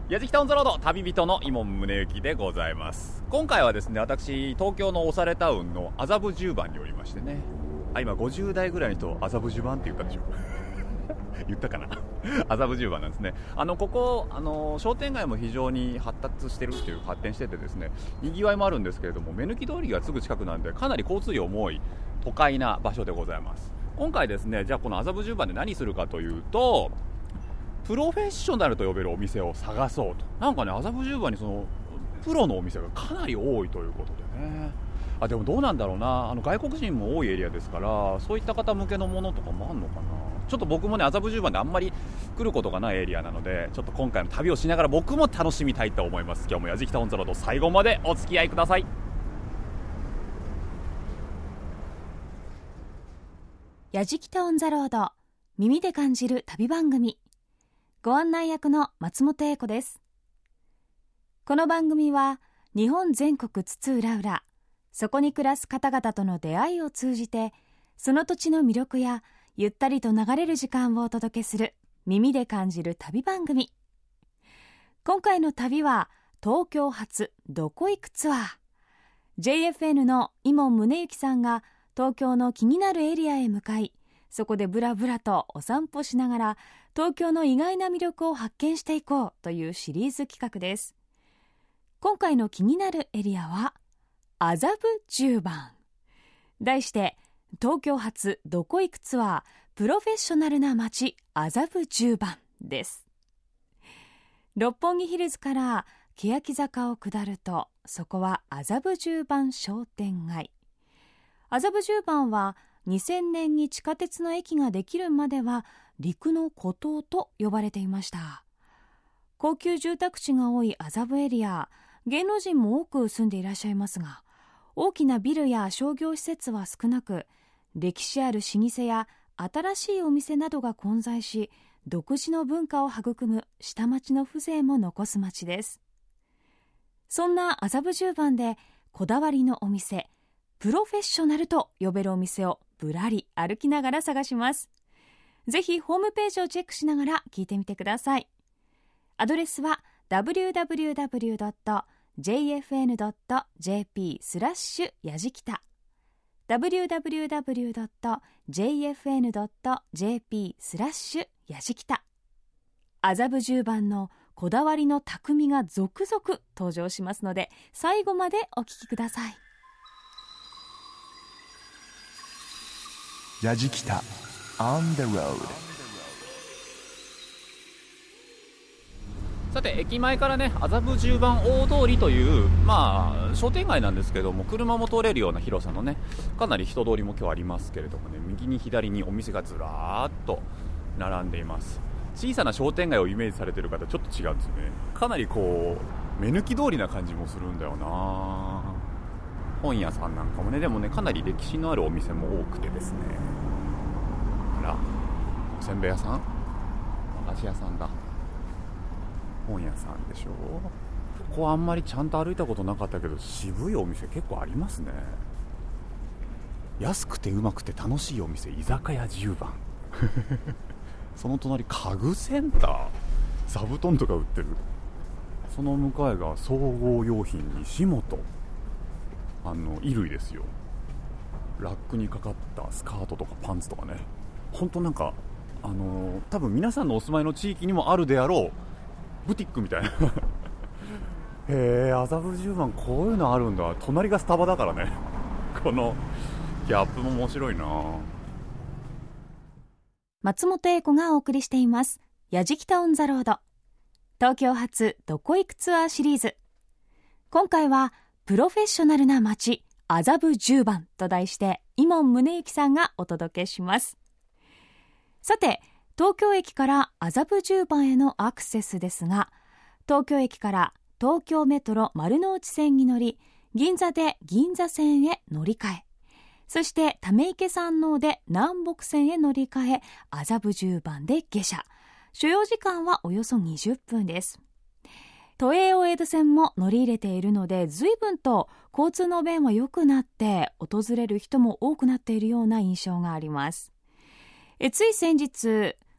やじきたオンザロード旅人の伊門宗行でございます。今回はですね、私東京のオサレタウンの麻布十番におりましてね、今50代ぐらいの人麻布十番って言ったでしょ言ったかな麻布十番なんですね。ここ商店街も非常に発達してるっていう発展しててですね、賑わいもあるんですけれども、目抜き通りがすぐ近くなんでかなり交通量も多い都会な場所でございます。今回ですね、じゃあこの麻布十番で何するかというと、プロフェッショナルと呼べるお店を探そうと。なんかね、麻布十番にそのプロのお店がかなり多いということでね。でもどうなんだろうな、外国人も多いエリアですから、そういった方向けのものとかもあるのかな。ちょっと僕もね、麻布十番であんまり来ることがないエリアなので、ちょっと今回の旅をしながら僕も楽しみたいと思います。今日もやじきたオンザロード最後までお付き合いください。 やじきたオンザロード、耳で感じる旅番組。ご案内役の松本英子です。この番組は日本全国津々浦々、そこに暮らす方々との出会いを通じて、その土地の魅力やゆったりと流れる時間をお届けする耳で感じる旅番組。今回の旅は東京発どこ行くツアー。 JFN の伊門宗行さんが東京の気になるエリアへ向かい、そこでブラブラとお散歩しながら東京の意外な魅力を発見していこうというシリーズ企画です。今回の気になるエリアは麻布十番。題して東京発どこ行くツアープロフェッショナルな街麻布十番です。六本木ヒルズから欅坂を下ると、そこは麻布十番商店街。麻布十番は2000年に地下鉄の駅ができるまでは陸の孤島と呼ばれていました。高級住宅地が多い麻布エリア、芸能人も多く住んでいらっしゃいますが、大きなビルや商業施設は少なく、歴史ある老舗や新しいお店などが混在し、独自の文化を育む下町の風情も残す町です。そんな麻布十番でこだわりのお店、プロフェッショナルと呼べるお店をぶらり歩きながら探します。ぜひホームページをチェックしながら聞いてみてください。アドレスは www.jfn.jp/ やじきた www.jfn.jp/ やじきた。麻布十番のこだわりの匠が続々登場しますので、最後までお聞きください。 やじきた On the road。 さて、駅前からね、麻布十番大通りという、商店街なんですけども、車も通れるような広さのね、かなり人通りも今日ありますけれどもね、右に左にお店がずらーっと並んでいます。小さな商店街をイメージされている方、ちょっと違うんですよね。かなりこう目抜き通りな感じもするんだよな。本屋さんなんかもね、でもね、かなり歴史のあるお店も多くてですね、ほら、おせんべい屋さん、和菓子屋さんだ、本屋さんでしょ。ここはあんまりちゃんと歩いたことなかったけど、渋いお店結構ありますね。安くてうまくて楽しいお店、居酒屋10番その隣家具センター、座布団とか売ってる。その向かいが総合用品西本、衣類ですよ。ラックにかかったスカートとかパンツとかね、ほんとなんか多分皆さんのお住まいの地域にもあるであろうブティックみたいなへえ、麻布十番こういうのあるんだ。隣がスタバだからねこのギャップも面白いな。 松本英子がお送りしていますやじきたオンザロード、東京発どこ行くツアーシリーズ。今回はプロフェッショナルな街麻布十番と題して、伊門宗行さんがお届けします。さて、東京駅から麻布十番へのアクセスですが、東京駅から東京メトロ丸の内線に乗り、銀座で銀座線へ乗り換え、そして溜池山王で南北線へ乗り換え、麻布十番で下車。所要時間はおよそ20分です。都営大江戸線も乗り入れているので、随分と交通の便は良くなって、訪れる人も多くなっているような印象があります。つい先日、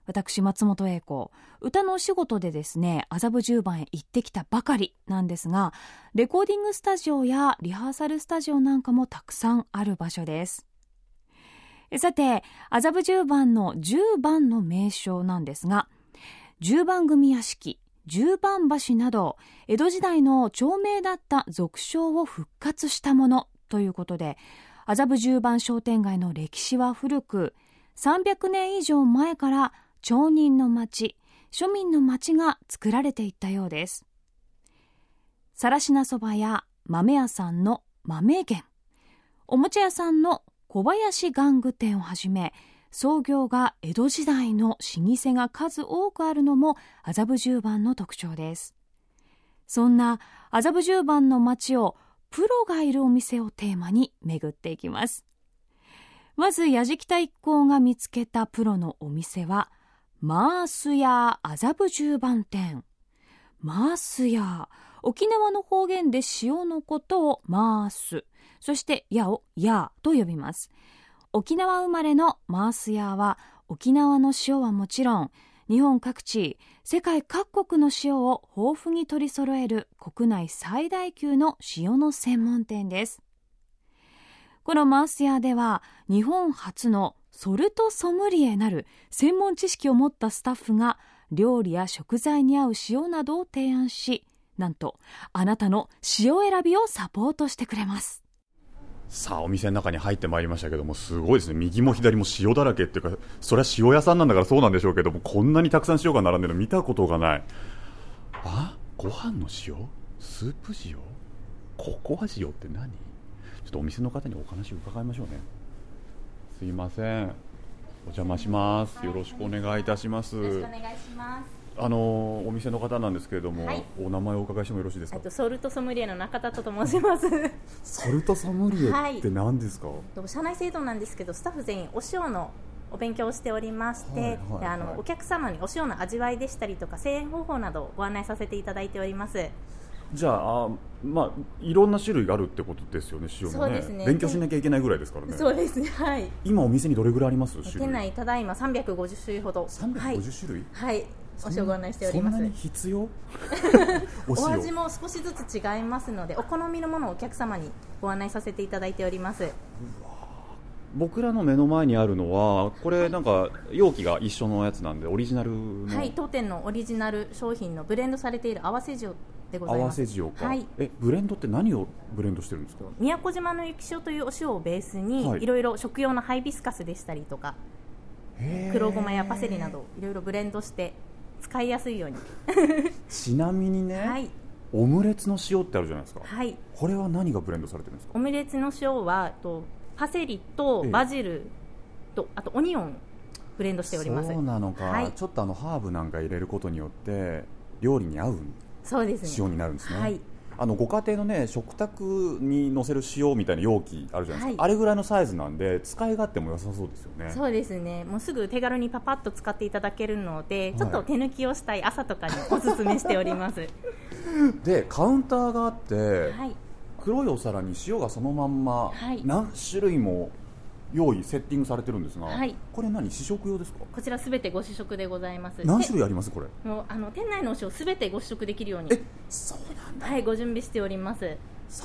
私松本英子、歌のお仕事でですね麻布十番へ行ってきたばかりなんですが、レコーディングスタジオやリハーサルスタジオなんかもたくさんある場所です。さて、麻布十番の十番の名称なんですが、十番組屋敷、十番橋など江戸時代の町名だった俗称を復活したものということで、麻布十番商店街の歴史は古く、300年以上前から町人の町、庶民の町が作られていったようです。更科そばや豆屋さんの豆源、おもちゃ屋さんの小林玩具店をはじめ、創業が江戸時代の老舗が数多くあるのも麻布十番の特徴です。そんな麻布十番の町をプロがいるお店をテーマに巡っていきます。まずやじきた一行が見つけたプロのお店はマースヤー麻布十番店。マースヤー、沖縄の方言で塩のことをマース、そしてヤをヤーと呼びます。沖縄生まれのマースヤーは沖縄の塩はもちろん、日本各地、世界各国の塩を豊富に取り揃える国内最大級の塩の専門店です。このマースヤーでは日本初のソルトソムリエなる専門知識を持ったスタッフが料理や食材に合う塩などを提案し、なんとあなたの塩選びをサポートしてくれます。 さあお店の中に入ってまいりましたけども、すごいですね。右も左も塩だらけっていうか、それは塩屋さんなんだからそうなんでしょうけども、こんなにたくさん塩が並んでるの見たことがない。あ、ご飯の塩、スープ塩、ココア塩って何？ちょっとお店の方にお話を伺いましょうね。すいません、お邪魔します。よろしくお願いいたします。 よろしくお願いします。 お店の方なんですけれども、はい、お名前をお伺いしてもよろしいですか？ ソルトソムリエの中田と申します。 ソルトソムリエって何ですか？ 社内制度なんですけど、スタッフ全員お塩のお勉強をしておりまして、お客様にお塩の味わいでしたりとか製塩方法などをご案内させていただいております。 じゃあ、いろんな種類があるってことですよね、塩のね。そうですね、勉強しなきゃいけないぐらいですからね。 そうですね、はい。 今お店にどれぐらいあります？ 店内ただいま350種類ほど。 350種類？ はい、お塩ご案内しております。 そんなに必要？ お味も少しずつ違いますので、お好みのものをお客様にご案内させていただいております。 僕らの目の前にあるのはこれなんか容器が一緒のやつなんで、オリジナルの、 はい、当店のオリジナル商品のブレンドされている合わせ塩でございます。 合わせ塩か、 はい、 ブレンドって何をブレンドしてるんですか？ 宮古島の雪塩というお塩をベースに、いろいろ食用のハイビスカスでしたりとか黒ごまやパセリなどいろいろブレンドして使いやすいようにちなみにね、はい、オムレツの塩ってあるじゃないですか、 はい、 これは何がブレンドされてるんですか？ オムレツの塩はパセリとバジルと、あとオニオンブレンドしております。 そうなのか、はい、ちょっとハーブなんか入れることによって料理に合うそうです、ね、 塩になるんですね。 はい、 ご家庭のね、食卓に乗せる塩みたいな容器あるじゃないですか、はい、あれぐらいのサイズなんで使い勝手も良さそうですよね。 そうですね、もうすぐ手軽にパパッと使っていただけるので、はい、ちょっと手抜きをしたい朝とかにおすすめしておりますで、カウンターがあって、 はい、 黒いお皿に塩がそのまんま何種類も用意セッティングされてるんですが、はい、これ何、試食用ですか？ こちらすべてご試食でございます。 何種類あります？これもう店内のお塩すべてご試食できるように、 そうなんだ、 はい、ご準備しております。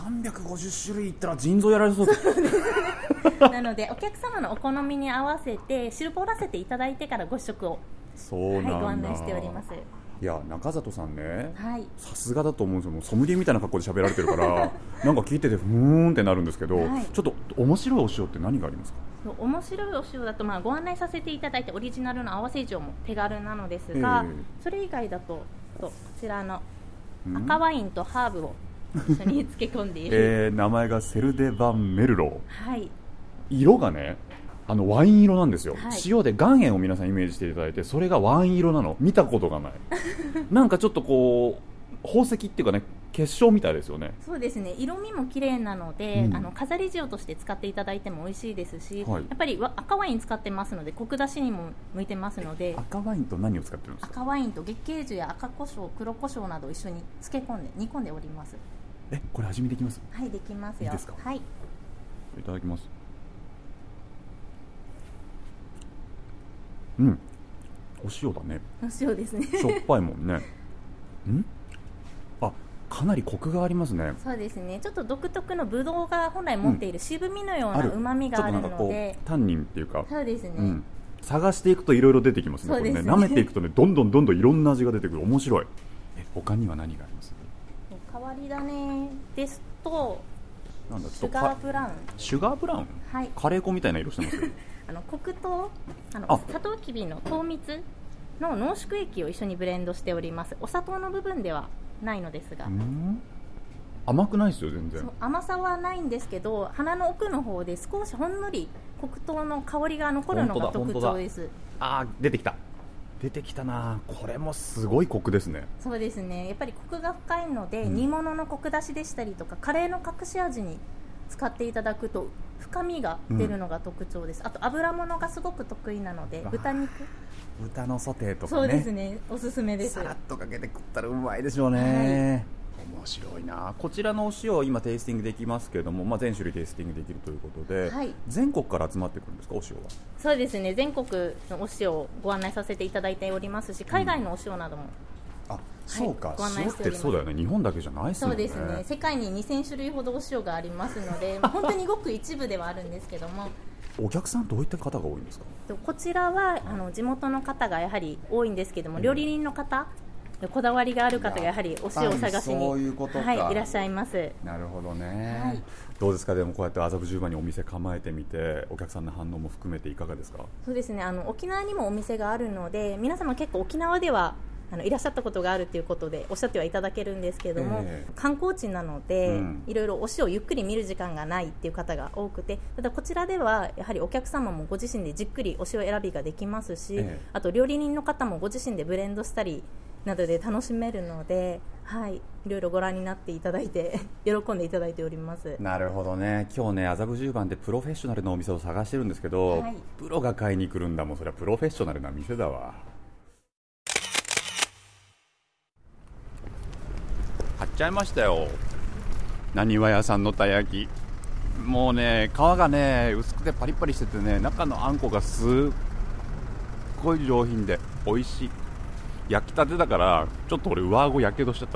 350種類いったら腎臓やられそうですなのでお客様のお好みに合わせて絞らせていただいてからご試食を、 そうなんだ、 はい、ご案内しております。 いや、中里さんね、 はい、 さすがだと思うんですよ。ソムリエみたいな格好で喋られてるからなんか聞いててふーんってなるんですけど、はい、ちょっと面白いお塩って何がありますか？ 面白いお塩だと、ご案内させていただいてオリジナルの合わせ塩も手軽なのですが、それ以外だとこちらの赤ワインとハーブを一緒に漬け込んでいる、 名前がセルデ・バン・メルロー、 はい、 色がね、ワイン色なんですよ、 はい、 塩で岩塩を皆さんイメージしていただいて、それがワイン色なの、見たことがないなんかちょっとこう宝石っていうかね、結晶みたいですよね。 そうですね、色味も綺麗なので、飾り塩として使っていただいても美味しいですし、はい、やっぱり赤ワイン使ってますのでコク出しにも向いてますので。 赤ワインと何を使ってるんですか？ 赤ワインと月桂樹や赤胡椒、黒胡椒などを一緒に漬け込んで煮込んでおります。 これ味見できます？ はい、できますよ。 いいですか？ はい、 いただきます。 お塩だね。 お塩ですね。 しょっぱいもんね。あ、かなりコクがありますね。 そうですね。ちょっと独特のブドウが本来持っている渋みのような旨味があるので、 ちょっとなんかこうタンニンっていうか、 そうですね、 探していくといろいろ出てきますね。これね、舐めていくとね、どんどんいろんな味が出てくる。面白い。他には何があります？ 変わり種ですと、 なんだ、 シュガーブラウン。 シュガーブラウン、 はい、 カレー粉みたいな色してますよ。 黒糖、サトウキビの糖蜜の濃縮液を一緒にブレンドしております。お砂糖の部分ではないのですが、 甘くないですよ全然。 甘さはないんですけど、鼻の奥の方で少しほんのり黒糖の香りが残るのが特徴です。 あー、出てきたな。これもすごいコクですね。 そうですね。やっぱりコクが深いので、煮物のコク出しでしたりとかカレーの隠し味に使っていただくと深みが出るのが特徴です。あと油物がすごく得意なので、 豚のソテーとかね。 そうですね、おすすめです。 さらっとかけて食ったらうまいでしょうね。面白いな。こちらのお塩を今テイスティングできますけれども、全種類テイスティングできるということで、全国から集まってくるんですか、お塩は？そうですね、 全国のお塩をご案内させていただいておりますし、海外のお塩なども、 そうか、塩ってそうだよね、日本だけじゃないですもんね。 そうですね、世界に2000種類ほどお塩がありますので本当にごく一部ではあるんですけども。 お客さんどういった方が多いんですか？ こちらは地元の方がやはり多いんですけども、料理人の方、こだわりがある方がやはりお塩を探しにいらっしゃいます。 なるほどね、どうですか？でもこうやって麻布十番にお店構えてみて、お客さんの反応も含めていかがですか？ そうですね、沖縄にもお店があるので、皆様結構沖縄ではいらっしゃったことがあるということでおっしゃってはいただけるんですけども、観光地なので、いろいろお塩をゆっくり見る時間がないっていう方が多くて、ただこちらではやはりお客様もご自身でじっくりお塩選びができますし、あと料理人の方もご自身でブレンドしたりなどで楽しめるので、いろいろご覧になっていただいて喜んでいただいております。 なるほどね。今日ね、麻布十番でプロフェッショナルなお店を探してるんですけど、プロが買いに来るんだもん。それはプロフェッショナルな店だわ。買っちゃいましたよ、なにわ屋さんのたい焼き。もうね、皮がね薄くてパリパリしててね、中のあんこがすっごい上品で美味しい。焼きたてだからちょっと俺上顎やけどしちゃ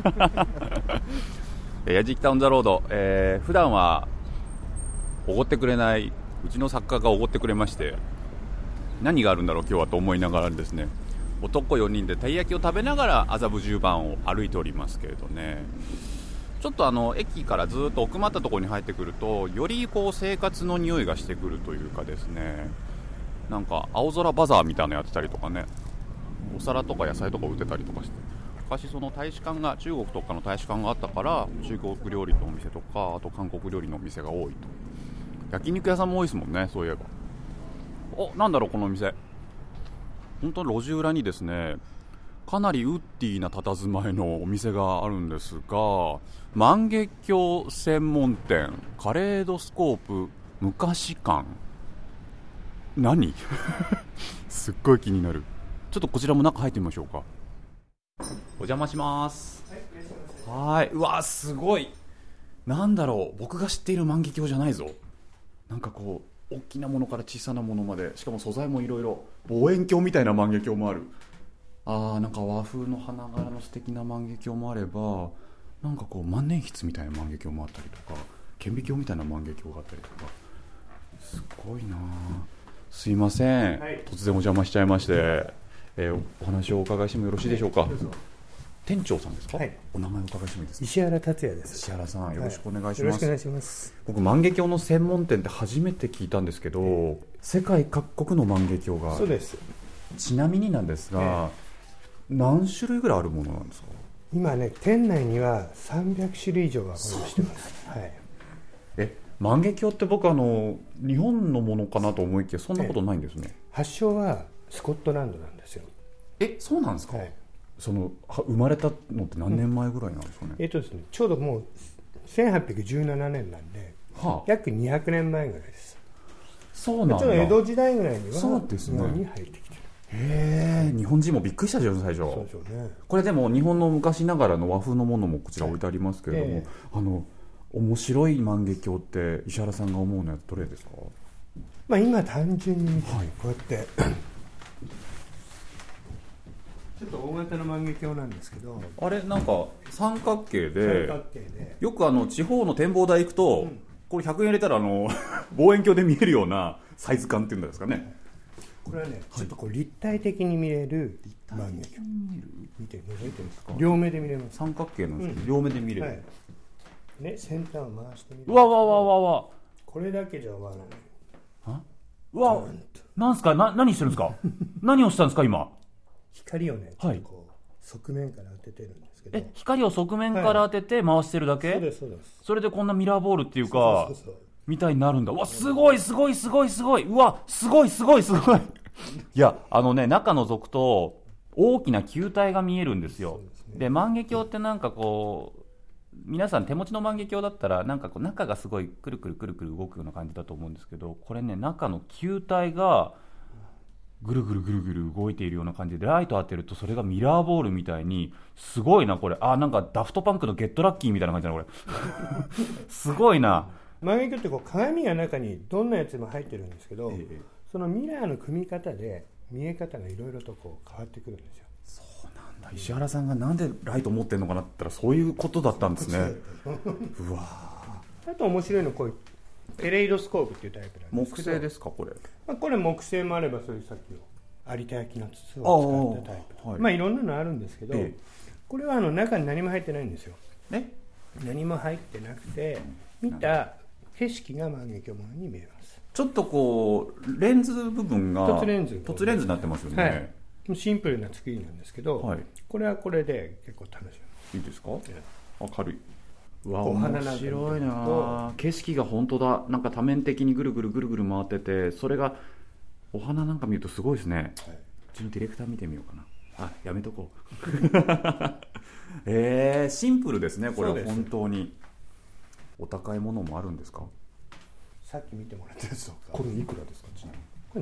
ったやじきたオンザロード、普段はおごってくれないうちの作家がおごってくれまして、何があるんだろう今日はと思いながらですね、男4人でたい焼きを食べながら麻布十番を歩いておりますけれどね、ちょっと駅からずっと奥まったところに入ってくると、よりこう生活の匂いがしてくるというかですね、なんか青空バザーみたいなのやってたりとかね、お皿とか野菜とか売ってたりとかして、昔その大使館が、中国とかの大使館があったから中国料理のお店とか、あと韓国料理のお店が多いと。焼肉屋さんも多いですもんね、そういえば。なんだろうこのお店、本当に路地裏にですね、かなりウッディな佇まいのお店があるんですが、万華鏡専門店カレードスコープ昔館、何すっごい気になる。ちょっとこちらも中入ってみましょうか。お邪魔します。はい、うわすごい。なんだろう、僕が知っている万華鏡じゃないぞ。なんかこう大きなものから小さなものまで、しかも素材もいろいろ、望遠鏡みたいな万華鏡もある。なんか和風の花柄の素敵な万華鏡もあれば、なんかこう万年筆みたいな万華鏡もあったりとか、顕微鏡みたいな万華鏡があったりとか、すごいな。すいません、突然お邪魔しちゃいまして、お話をお伺いしてもよろしいでしょうか。店長さんですか？お名前をお伺いしてもいいですか？ 石原達也です。 石原さん、よろしくお願いします。 よろしくお願いします。 僕万華鏡の専門店って初めて聞いたんですけど、世界各国の万華鏡が。 そうです。 ちなみになんですが、何種類ぐらいあるものなんですか？ 今ね、店内には300種類以上が保有してます。 万華鏡って僕日本のものかなと思いきや、そんなことないんですね。 発祥はスコットランドなんですよ。 そうなんですか？その生まれたのって何年前ぐらいなんですかね？ ですね、ちょうどもう1817年なんで、約200年前ぐらいです。 そうなんだ。 ちょうど江戸時代ぐらいにはそうですね、 日本に入ってきてる。 日本人もびっくりしたじゃん最初。 そうでしょうね。 これでも日本の昔ながらの和風のものもこちら置いてありますけれども、面白い万華鏡って石原さんが思うのはどれですか？ 今単純に見て、こうやってちょっと大型の万華鏡なんですけど、 あれなんか三角形で、 三角形でよく地方の展望台行くと、これ100円入れたら望遠鏡で見えるようなサイズ感っていうんですかね。 これはね、ちょっとこう立体的に見れる万華鏡。見て覗いてるんですか。両目で見れます。 三角形なんですけど、両目で見れる、 はい、ね、先端を回してみる。 うわこれだけじゃ終わらない。 うわ、なんすか、何してるんですか何をしたんですか今。 光をね、ちょっとこう側面から当ててるんですけど。 光を側面から当てて回してるだけ、 そうですそうです。 それでこんなミラーボールっていうか、 そうみたいになるんだ。うわ、すごい。うわ、すごい。いや、中覗くと大きな球体が見えるんですよ。で、万華鏡ってなんかこう、皆さん手持ちの万華鏡だったらなんかこう中がすごいくるくる動くような感じだと思うんですけど、これね、中の球体がぐるぐる動いているような感じで、ライト当てるとそれがミラーボールみたいに、すごいなこれ。なんかダフトパンクのゲットラッキーみたいな感じだなこれすごいな。 万華鏡ってこう鏡が中にどんなやつも入ってるんですけど、そのミラーの組み方で見え方がいろいろとこう変わってくるんですよ。 そうなんだ。石原さんがなんでライト持ってるのかなって言ったらそういうことだったんですねうわ。 あと面白いのこういうペレイドスコープっていうタイプなんですけど、 木製ですかこれ。 これ木製もあれば、そういうさっきの有田焼の筒を使ったタイプ、はい、いろんなのあるんですけど、これは中に何も入ってないんですよ。何も入ってなくて、見た景色が万華鏡に見えます。 ちょっとこうレンズ部分が凸レンズになってますよね、 はい、シンプルな作りなんですけど、はい、これはこれで結構楽しい。いいですか。明るい。うわ、面白いな。景色が本当だ。なんか多面的にぐるぐる回ってて、それがお花なんか見るとすごいですね、はい、うちのディレクター見てみようかな。やめとこうシンプルですねこれは。本当にお高いものもあるんですか。 さっき見てもらったやつとか。 これいくらですか。 これ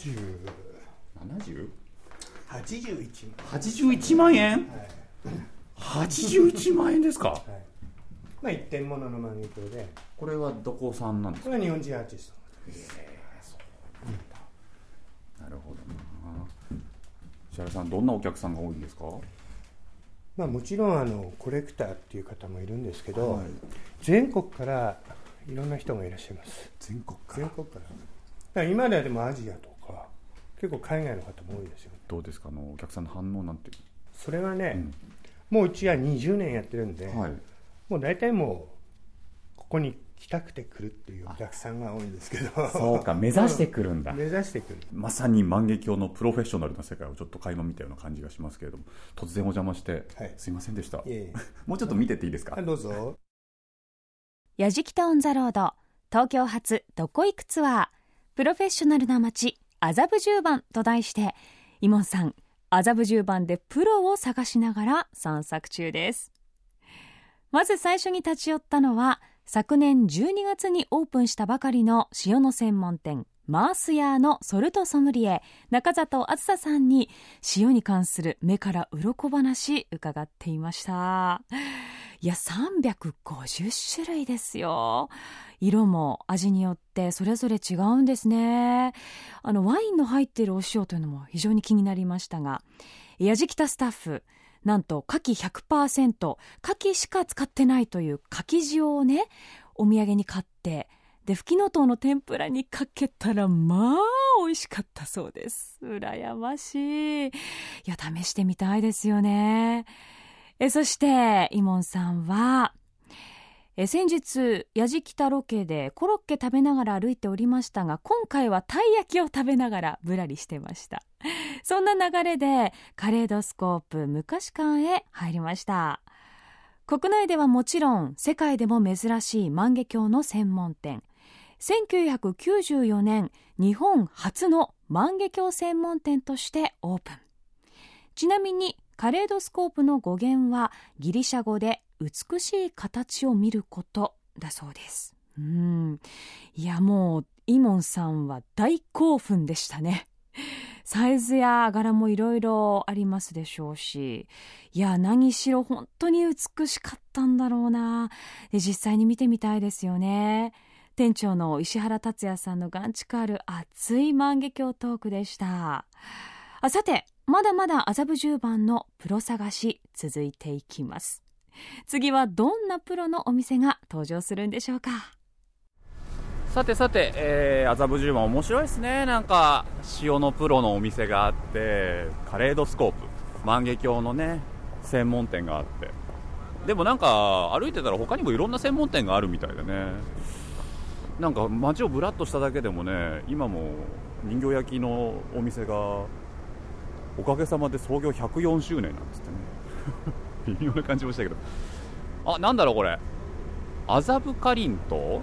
81万円、はい、81万円ですか、 はい、一点物の万華鏡で。 これはどこ産なんですか。 これは日本人アーティスト。 そうなんだ、なるほどな。石原さん、どんなお客さんが多いんですか。 もちろんコレクターっていう方もいるんですけど、はい、全国からいろんな人がいらっしゃいます。全国からだから今ではでもアジアとか結構海外の方も多いですよ。 どうですかお客さんの反応なんて。 それはね、もううちは20年やってるんで、はい、もう大体もうここに来たくて来るっていうお客さんが多いんですけど。 そうか、目指してくるんだ。 目指してくる。 まさに万華鏡のプロフェッショナルな世界をちょっと垣間見たような感じがしますけれども、突然お邪魔して、はい、すいませんでした。もうちょっと見てっていいですか。 どうぞ。 やじきたオンザロード、東京発どこ行くツアー、プロフェッショナルな街麻布十番と題して、イモンさん麻布十番でプロを探しながら散策中です。まず最初に立ち寄ったのは、昨年12月にオープンしたばかりの塩の専門店マースヤーのソルトソムリエ中里あずささんに、塩に関する目から鱗話伺っていました。いや、350種類ですよ。色も味によってそれぞれ違うんですね。ワインの入っているお塩というのも非常に気になりましたが、やじきたスタッフ、なんと牡蠣 100%、牡蠣しか使ってないという牡蠣塩をね、お土産に買って、でフキノトウの天ぷらにかけたら、まあ美味しかったそうです。羨ましい。いや、試してみたいですよね。そしてイモンさんは先日やじきたロケでコロッケ食べながら歩いておりましたが、今回はたい焼きを食べながらぶらりしてました。そんな流れでカレードスコープ昔館へ入りました。国内ではもちろん世界でも珍しい万華鏡の専門店、1994年日本初の万華鏡専門店としてオープン。ちなみにカレードスコープの語源はギリシャ語で美しい形を見ることだそうです。いや、もうイモンさんは大興奮でしたね。サイズや柄もいろいろありますでしょうし、いや、何しろ本当に美しかったんだろうな。で、実際に見てみたいですよね。店長の石原達也さんの眼蓄ある熱い万華鏡トークでした。さて、 まだまだ麻布十番のプロ探し続いていきます。次はどんなプロのお店が登場するんでしょうか。 さてさて、麻布十番面白いですね。なんか塩のプロのお店があって、カレードスコープ、万華鏡のね専門店があって、でもなんか歩いてたら他にもいろんな専門店があるみたいでね、なんか街をブラッとしただけでもね、今も人形焼きのお店がおかげさまで創業104周年なんですってね微妙な感じもしたけど、あ、なんだろうこれ、麻布かりんと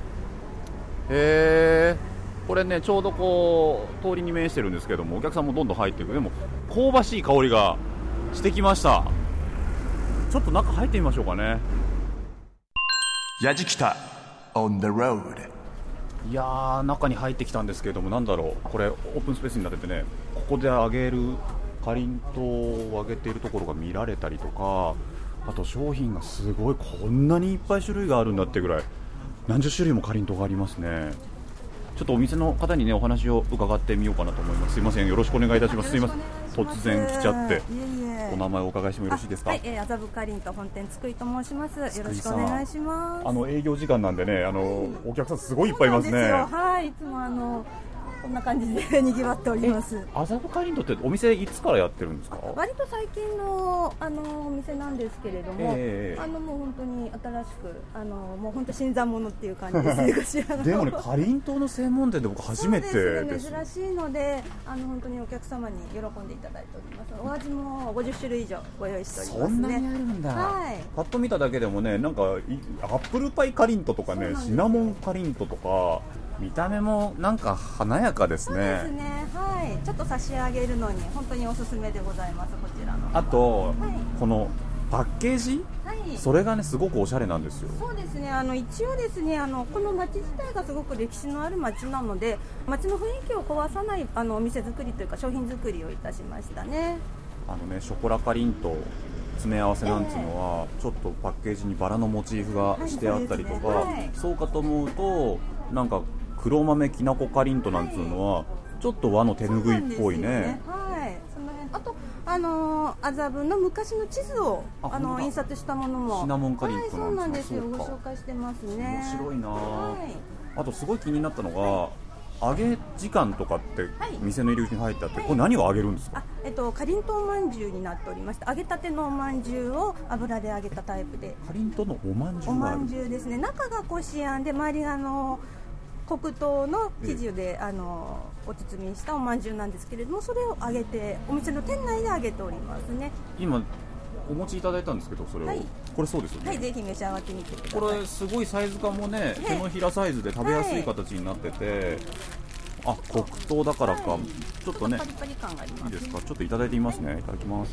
う、これねちょうどこう通りに面してるんですけども、お客さんもどんどん入っていく。でも香ばしい香りがしてきました。ちょっと中入ってみましょうかね。 やじきた on the road。 いやー、中に入ってきたんですけども、なんだろう、これオープンスペースになっててね、ここで揚げるかりんとうを揚げているところが見られたりとか、あと商品がすごい、こんなにいっぱい種類があるんだってぐらい何十種類もかりんとうがありますね。ちょっとお店の方にねお話を伺ってみようかなと思います。すいません、よろしくお願いいたします。すいません、突然来ちゃって。お名前をお伺いしてもよろしいですか。 はい、麻布かりんとう本店つくいと申します。よろしくお願いします。 営業時間なんでね、お客さんすごいいっぱいいますね。 はい、いつもこんな感じで賑わっております。 麻布かりんとうってお店いつからやってるんですか。 割と最近のお店なんですけれども、もう本当に新しくもう本当新参者っていう感じですねでもね、かりんとうの専門店で僕初めてです。 珍しいので本当にお客様に喜んでいただいております。お味も50種類以上ご用意しておりますね。 そんなにあるんだ。 はい、 パッと見ただけでもね、なんかアップルパイかりんとうとかね、シナモンかりんとうとか、見た目もなんか華やかですね。 そうですね、はい、ちょっと差し上げるのに本当におすすめでございます。こちらのあと、このパッケージ、それがねすごくおしゃれなんですよ。 そうですね、一応ですねこの町自体がすごく歴史のある町なので、町の雰囲気を壊さないお店作りというか商品作りをいたしましたね。 ショコラかりんとう詰め合わせなんていうのは、ちょっとパッケージにバラのモチーフがしてあったりとか、そうかと思うとなんか黒豆きなこかりんとうなんていうのはちょっと和の手ぬぐいっぽいね。 はい、その辺、あと麻布の昔の地図を印刷したものもシナモンかりんとう、 そうなんですよ、ご紹介してますね。 面白いな、あとすごい気になったのが、揚げ時間とかって店の入り口に入ってあって、これ何を揚げるんですか。 かりんとうまんじゅうになっておりまして、揚げたてのおまんじゅうを油で揚げたタイプで。 かりんとうのおまんじゅうがある。 おまんじゅうですね。中がこしあんで、周りが黒糖の生地でお包みしたおまんじゅうなんですけれども、それを揚げてお店の店内で揚げておりますね。 今お持ちいただいたんですけど、それを、これそうですよね。 はい、ぜひ召し上がってみてください。 これすごいサイズ感もね、手のひらサイズで食べやすい形になってて、黒糖だからか、ちょっとね、 パリパリ感がありますね。 いいですか、ちょっといただいてみますね。いただきます。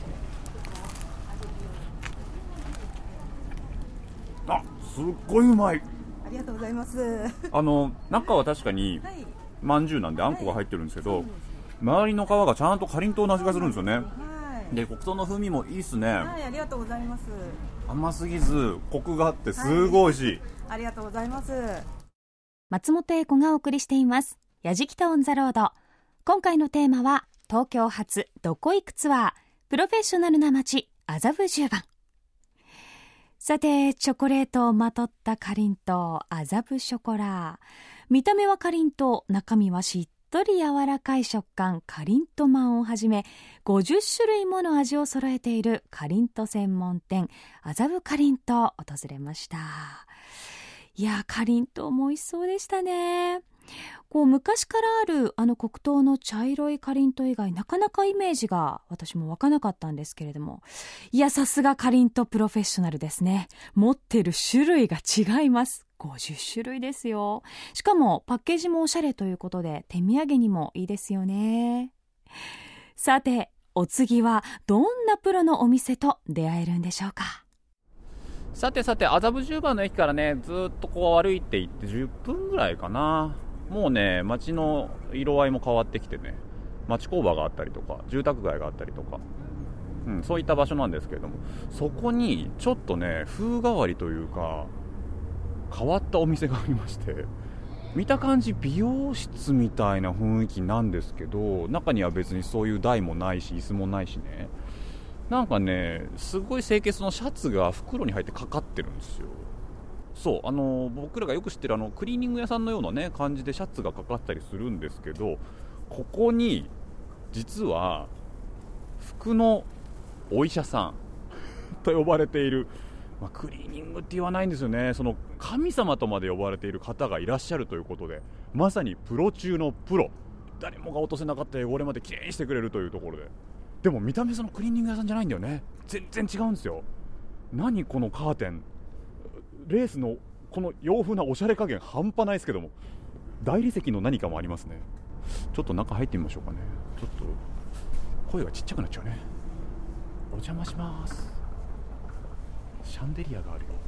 すっごいうまい。 ありがとうございます。 中は確かにまんじゅうなんであんこが入ってるんですけど、周りの皮がちゃんとかりんとうの味がするんですよね。で、黒糖の風味もいいですね。 はい、ありがとうございます。 甘すぎずコクがあってすごい美味しい。 ありがとうございます。 松本英子がお送りしていますやじきたオンザロード。今回のテーマは東京発どこ行くツアー、プロフェッショナルな街麻布十番。さて、チョコレートをまとったかりんとう、麻布ショコラ。見た目はかりんとう、中身はしっとり柔らかい食感かりんとまんをはじめ50種類もの味を揃えているかりんと専門店麻布かりんとう訪れました。いや、かりんとうも美味しそうでしたね。昔からある黒糖の茶色いかりんとう以外、なかなかイメージが私も湧かなかったんですけれども、いや、さすがかりんとうプロフェッショナルですね。持ってる種類が違います。50種類ですよ。しかもパッケージもおしゃれということで手土産にもいいですよね。さて、お次はどんなプロのお店と出会えるんでしょうか。 さてさて、麻布十番の駅からね、ずっと歩いていって10分ぐらいかな。もうね、街の色合いも変わってきてね、町工場があったりとか住宅街があったりとか、そういった場所なんですけれども、そこにちょっとね、風変わりというか変わったお店がありまして、 見た感じ美容室みたいな雰囲気なんですけど、中には別にそういう台もないし椅子もないしね、なんかねすごい清潔のシャツが袋に入ってかかってるんですよ。そう、僕らがよく知ってるクリーニング屋さんのようなね感じでシャツがかかったりするんですけど、ここに実は服のお医者さんと呼ばれている、クリーニングって言わないんですよね、その神様とまで呼ばれている方がいらっしゃるということで、まさにプロ中のプロ、誰もが落とせなかった汚れまできれいにしてくれるというところで、でも見た目そのクリーニング屋さんじゃないんだよね。全然違うんですよ。何このカーテン、レースのこの洋風なおしゃれ加減半端ないですけども、大理石の何かもありますね。ちょっと中入ってみましょうかね。ちょっと声がちっちゃくなっちゃうね。お邪魔します。シャンデリアがあるよ。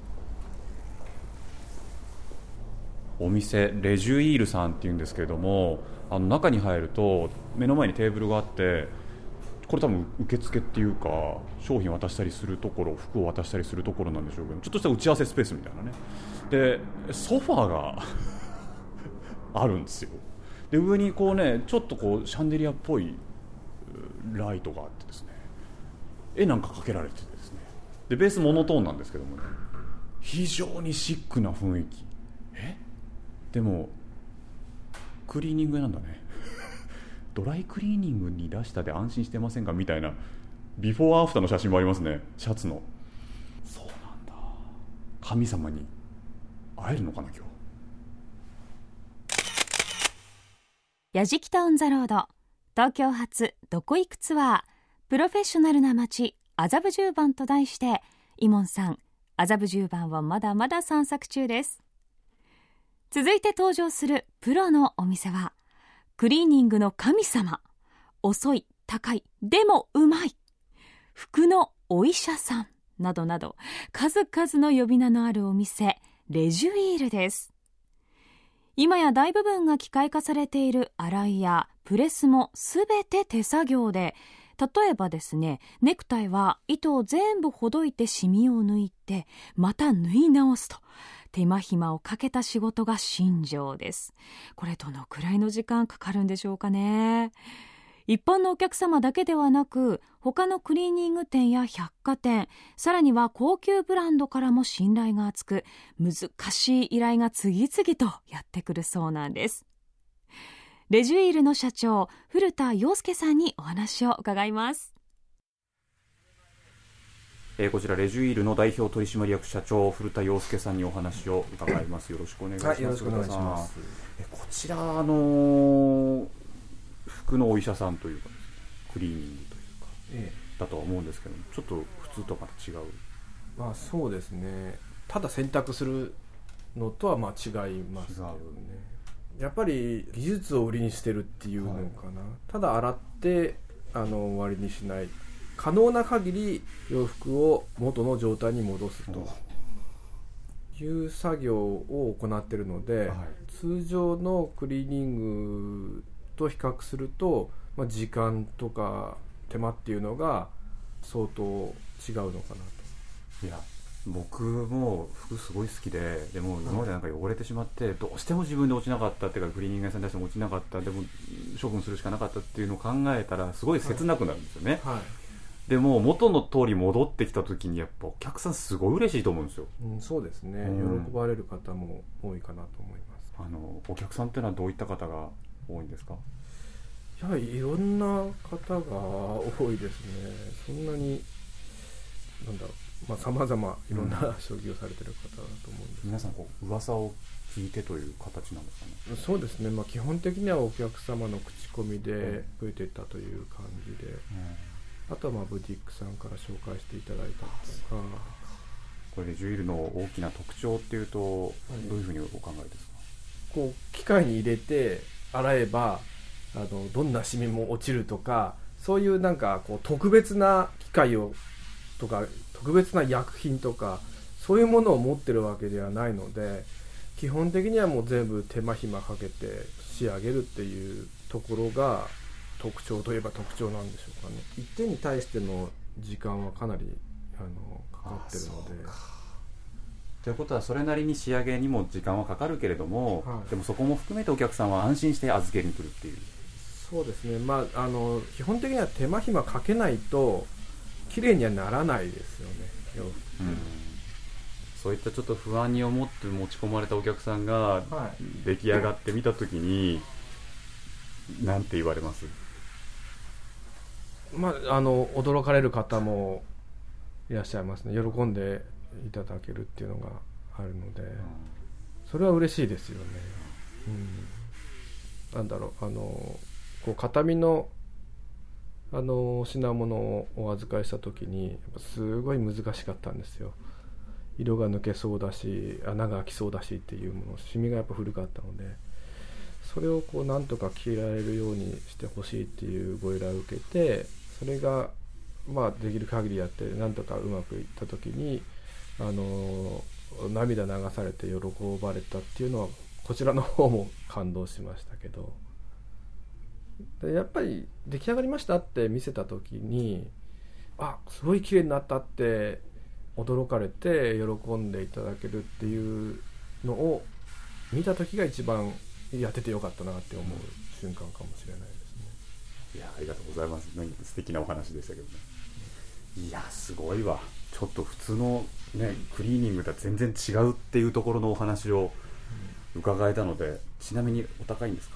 お店レジュイールさんっていうんですけれども、中に入ると目の前にテーブルがあって、これ多分受付っていうか商品渡したりするところ、服を渡したりするところなんでしょうけど、ちょっとした打ち合わせスペースみたいなね。でソファーがあるんですよ。で上にこうねちょっとこうシャンデリアっぽいライトがあってですね、絵なんかかけられててですね、でベースモノトーンなんですけどもね、非常にシックな雰囲気。でもクリーニング屋なんだねドライクリーニングに出したで安心してませんかみたいなビフォーアフターの写真もありますね、シャツの。そうなんだ、神様に会えるのかな今日。 やじきたオンザロード、東京発どこ行くツアー、プロフェッショナルな街麻布十番と題して、イモンさん麻布十番はまだまだ散策中です。続いて登場するプロのお店は、クリーニングの神様、遅い、高い、でもうまい、服のお医者さんなどなど、数々の呼び名のあるお店、レジュイールです。今や大部分が機械化されている洗いやプレスもすべて手作業で、例えばですね、ネクタイは糸を全部ほどいてシミを抜いてまた縫い直すと、手間暇をかけた仕事が信条です。これどのくらいの時間かかるんでしょうかね。一般のお客様だけではなく、他のクリーニング店や百貨店、さらには高級ブランドからも信頼が厚く、難しい依頼が次々とやってくるそうなんです。レジュイールの社長、古田洋介さんにお話を伺います。 こちらレジュイールの代表取締役社長、古田洋介さんにお話を伺います。よろしくお願いします。 よろしくお願いします。 こちら服のお医者さんというか、クリーニングというか、だとは思うんですけども、ちょっと普通とはまた違う。 そうですね、ただ洗濯するのとは違いますよね。やっぱり技術を売りにしてるっていうのかな、ただ洗って終わりにしない、可能な限り洋服を元の状態に戻すという作業を行っているので、通常のクリーニングと比較すると、時間とか手間っていうのが相当違うのかなと。 いや、僕も服すごい好きで、でも今までなんか汚れてしまって、どうしても自分で落ちなかったっていうか、クリーニング屋さんに出しても落ちなかった、でも処分するしかなかったっていうのを考えたらすごい切なくなるんですよね。でも元の通り戻ってきた時にやっぱお客さんすごい嬉しいと思うんですよ。 そうですね、喜ばれる方も多いかなと思います。 お客さんっていうのはどういった方が多いんですか？ やはりいろんな方が多いですね。そんなに様々いろんな職業されてる方だと思うんです。 皆さん噂を聞いてという形なんですかね？ そうですね、基本的にはお客様の口コミで増えていったという感じで、あとはブティックさんから紹介していただいたりとか。 これレジュイールの大きな特徴っていうと、どういうふうにお考えですか？ 機械に入れて洗えばどんなシミも落ちるとか、そういう特別な機械をとか特別な薬品とかそういうものを持ってるわけではないので、基本的にはもう全部手間暇かけて仕上げるっていうところが特徴といえば特徴なんでしょうかね。一点に対しての時間はかなりかかってるので、 ということはそれなりに仕上げにも時間はかかるけれども、でもそこも含めてお客さんは安心して預けに来るっていう。 そうですね、基本的には手間暇かけないと綺麗にはならないですよね、 そういったちょっと不安に思って持ち込まれたお客さんが出来上がってみたときに、なんて言われます？ 驚かれる方もいらっしゃいますね。喜んでいただけるっていうのがあるので、それは嬉しいですよね。こう形見の品物をお預かりした時にやっぱすごい難しかったんですよ。色が抜けそうだし穴が開きそうだしっていうもの、シミがやっぱ古かったので、それをこうなんとか消えられるようにしてほしいっていうご依頼を受けて、それができる限りやってなんとかうまくいった時に涙流されて喜ばれたっていうのはこちらの方も感動しましたけど、でやっぱり出来上がりましたって見せた時にすごい綺麗になったって驚かれて喜んでいただけるっていうのを見た時が一番やっててよかったなって思う瞬間かもしれないですね。 いや、ありがとうございます。素敵なお話でしたけどね。いや、すごいわ。ちょっと普通のねクリーニングとは全然違うっていうところのお話を伺えたので、ちなみにお高いんですか？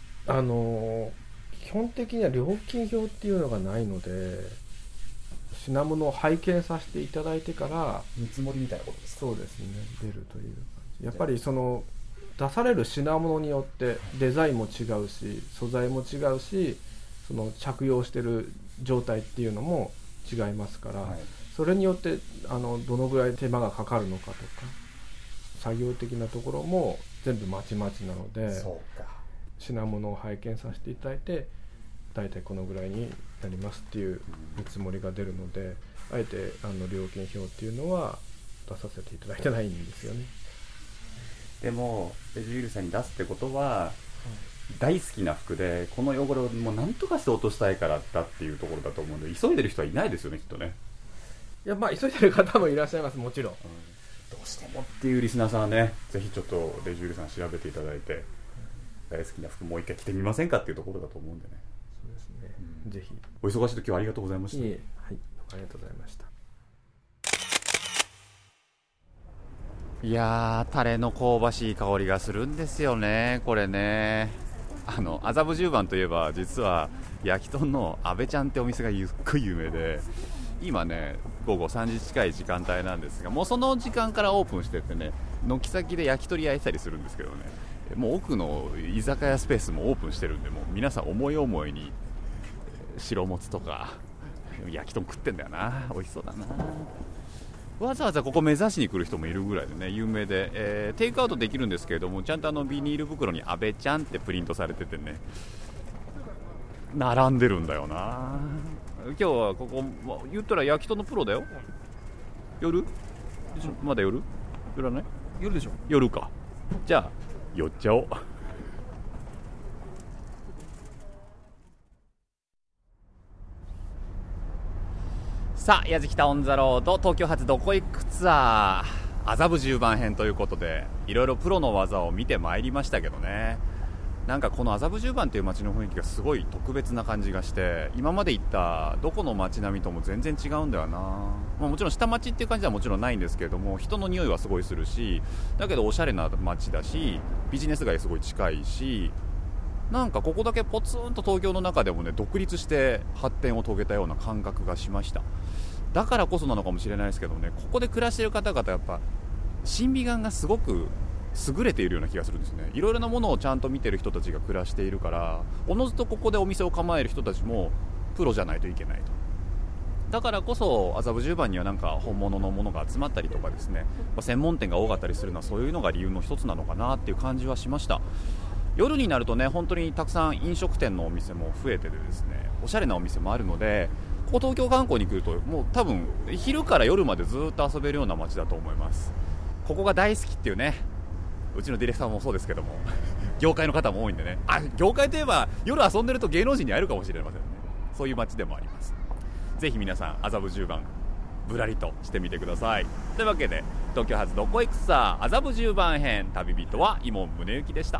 基本的には料金表っていうのがないので、品物を拝見させていただいてから見積もりみたいなことですか？ そうですね、出るという感じ。やっぱりその出される品物によってデザインも違うし素材も違うし、その着用してる状態っていうのも違いますから、それによってどのぐらい手間がかかるのかとか作業的なところも全部まちまちなので、品物を拝見させていただいてだいたいこのぐらいになりますっていう見積もりが出るので、あえて料金表っていうのは出させていただいてないんですよね。 でもレジュールさんに出すってことは、大好きな服でこの汚れをもう何とかして落としたいからだっていうところだと思うので、急いでる人はいないですよね、きっとね。 いや、急いでる方もいらっしゃいます、もちろん、 どうしてもっていうリスナーさんはね、ぜひちょっとレジュールさん調べていただいて、大好きな服もう一回着てみませんかっていうところだと思うんでね。 そうですね、ぜひ。 お忙しい時はありがとうございました。 はい、ありがとうございました。 いやー、タレの香ばしい香りがするんですよね、これね。麻布十番といえば実は焼き豚の阿部ちゃんってお店がゆっくり有名で、今ね午後3時近い時間帯なんですが、もうその時間からオープンしててね、軒先で焼き鳥焼いたりするんですけどね、もう奥の居酒屋スペースもオープンしてるんで、もう皆さん思い思いに白もつとか焼き豚食ってんだよな。美味しそうだな。わざわざここ目指しに来る人もいるぐらいでね有名で、テイクアウトできるんですけれども、ちゃんとビニール袋に阿部ちゃんってプリントされててね、並んでるんだよな。今日はここ言ったら焼き豚のプロだよ。夜まだ夜らない？ 夜でしょ。 夜か。じゃあ寄っちゃおう。さあ、やじきたオンザロード東京発どこ行くツアー麻布十番編ということで、いろいろプロの技を見てまいりましたけどね、なんかこの麻布十番という街の雰囲気がすごい特別な感じがして、今まで行ったどこの街並みとも全然違うんだよな。もちろん下町っていう感じはもちろんないんですけれども、人の匂いはすごいするし、だけどおしゃれな街だし、ビジネス街すごい近いし、なんかここだけポツンと東京の中でもね独立して発展を遂げたような感覚がしました。だからこそなのかもしれないですけどね、ここで暮らしている方々やっぱ審美眼がすごく優れているような気がするんですね。いろいろなものをちゃんと見てる人たちが暮らしているから、おのずとここでお店を構える人たちもプロじゃないといけないと。だからこそ麻布十番にはなんか本物のものが集まったりとかですね、専門店が多かったりするのはそういうのが理由の一つなのかなっていう感じはしました。夜になるとね本当にたくさん飲食店のお店も増えててですね、おしゃれなお店もあるので、ここ東京観光に来るともう多分昼から夜までずっと遊べるような街だと思います。ここが大好きっていうね、うちのディレクターもそうですけども業界の方も多いんでね、業界といえば夜遊んでると芸能人に会えるかもしれませんね。そういう街でもあります。ぜひ皆さん麻布十番ぶらりとしてみてください。というわけで、東京発どこ行くさ麻布十番編、旅人は伊門宗行でした。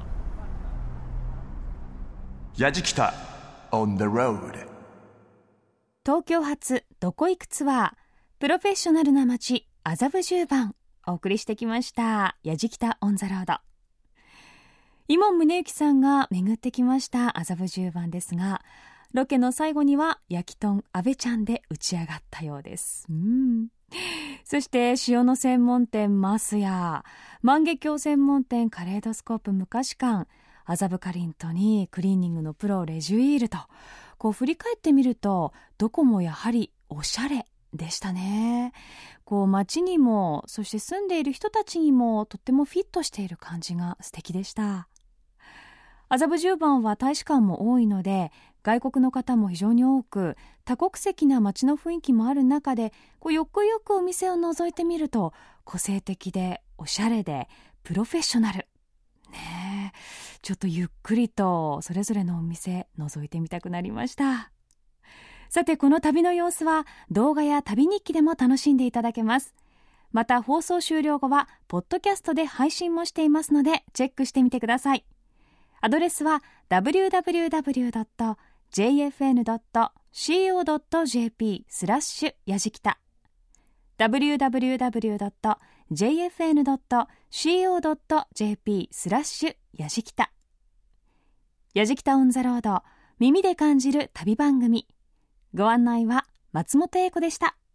やじきた on the road。 東京発どこ行くツアー、プロフェッショナルな街麻布十番、お送りしてきましたやじきたオンザロード。伊門宗行さんが巡ってきました麻布十番ですが、ロケの最後には焼き豚阿部ちゃんで打ち上がったようです。そして塩の専門店マスや万華鏡専門店カレードスコープ昔館、麻布かりんとにクリーニングのプロレジュイールと、こう振り返ってみるとどこもやはりおしゃれでしたね。こう街にも、そして住んでいる人たちにもとってもフィットしている感じが素敵でした。麻布十番は大使館も多いので、外国の方も非常に多く、多国籍な街の雰囲気もある中で、こうよくよくお店を覗いてみると個性的でおしゃれでプロフェッショナルねえ、ちょっとゆっくりとそれぞれのお店覗いてみたくなりました。さて、この旅の様子は動画や旅日記でも楽しんでいただけます。また放送終了後はポッドキャストで配信もしていますので、チェックしてみてください。アドレスは www.jfn.co.jp やじきた www.jfn.co.jp やじきた。やじきたオンザロード、耳で感じる旅番組。ご案内は松本英子でした。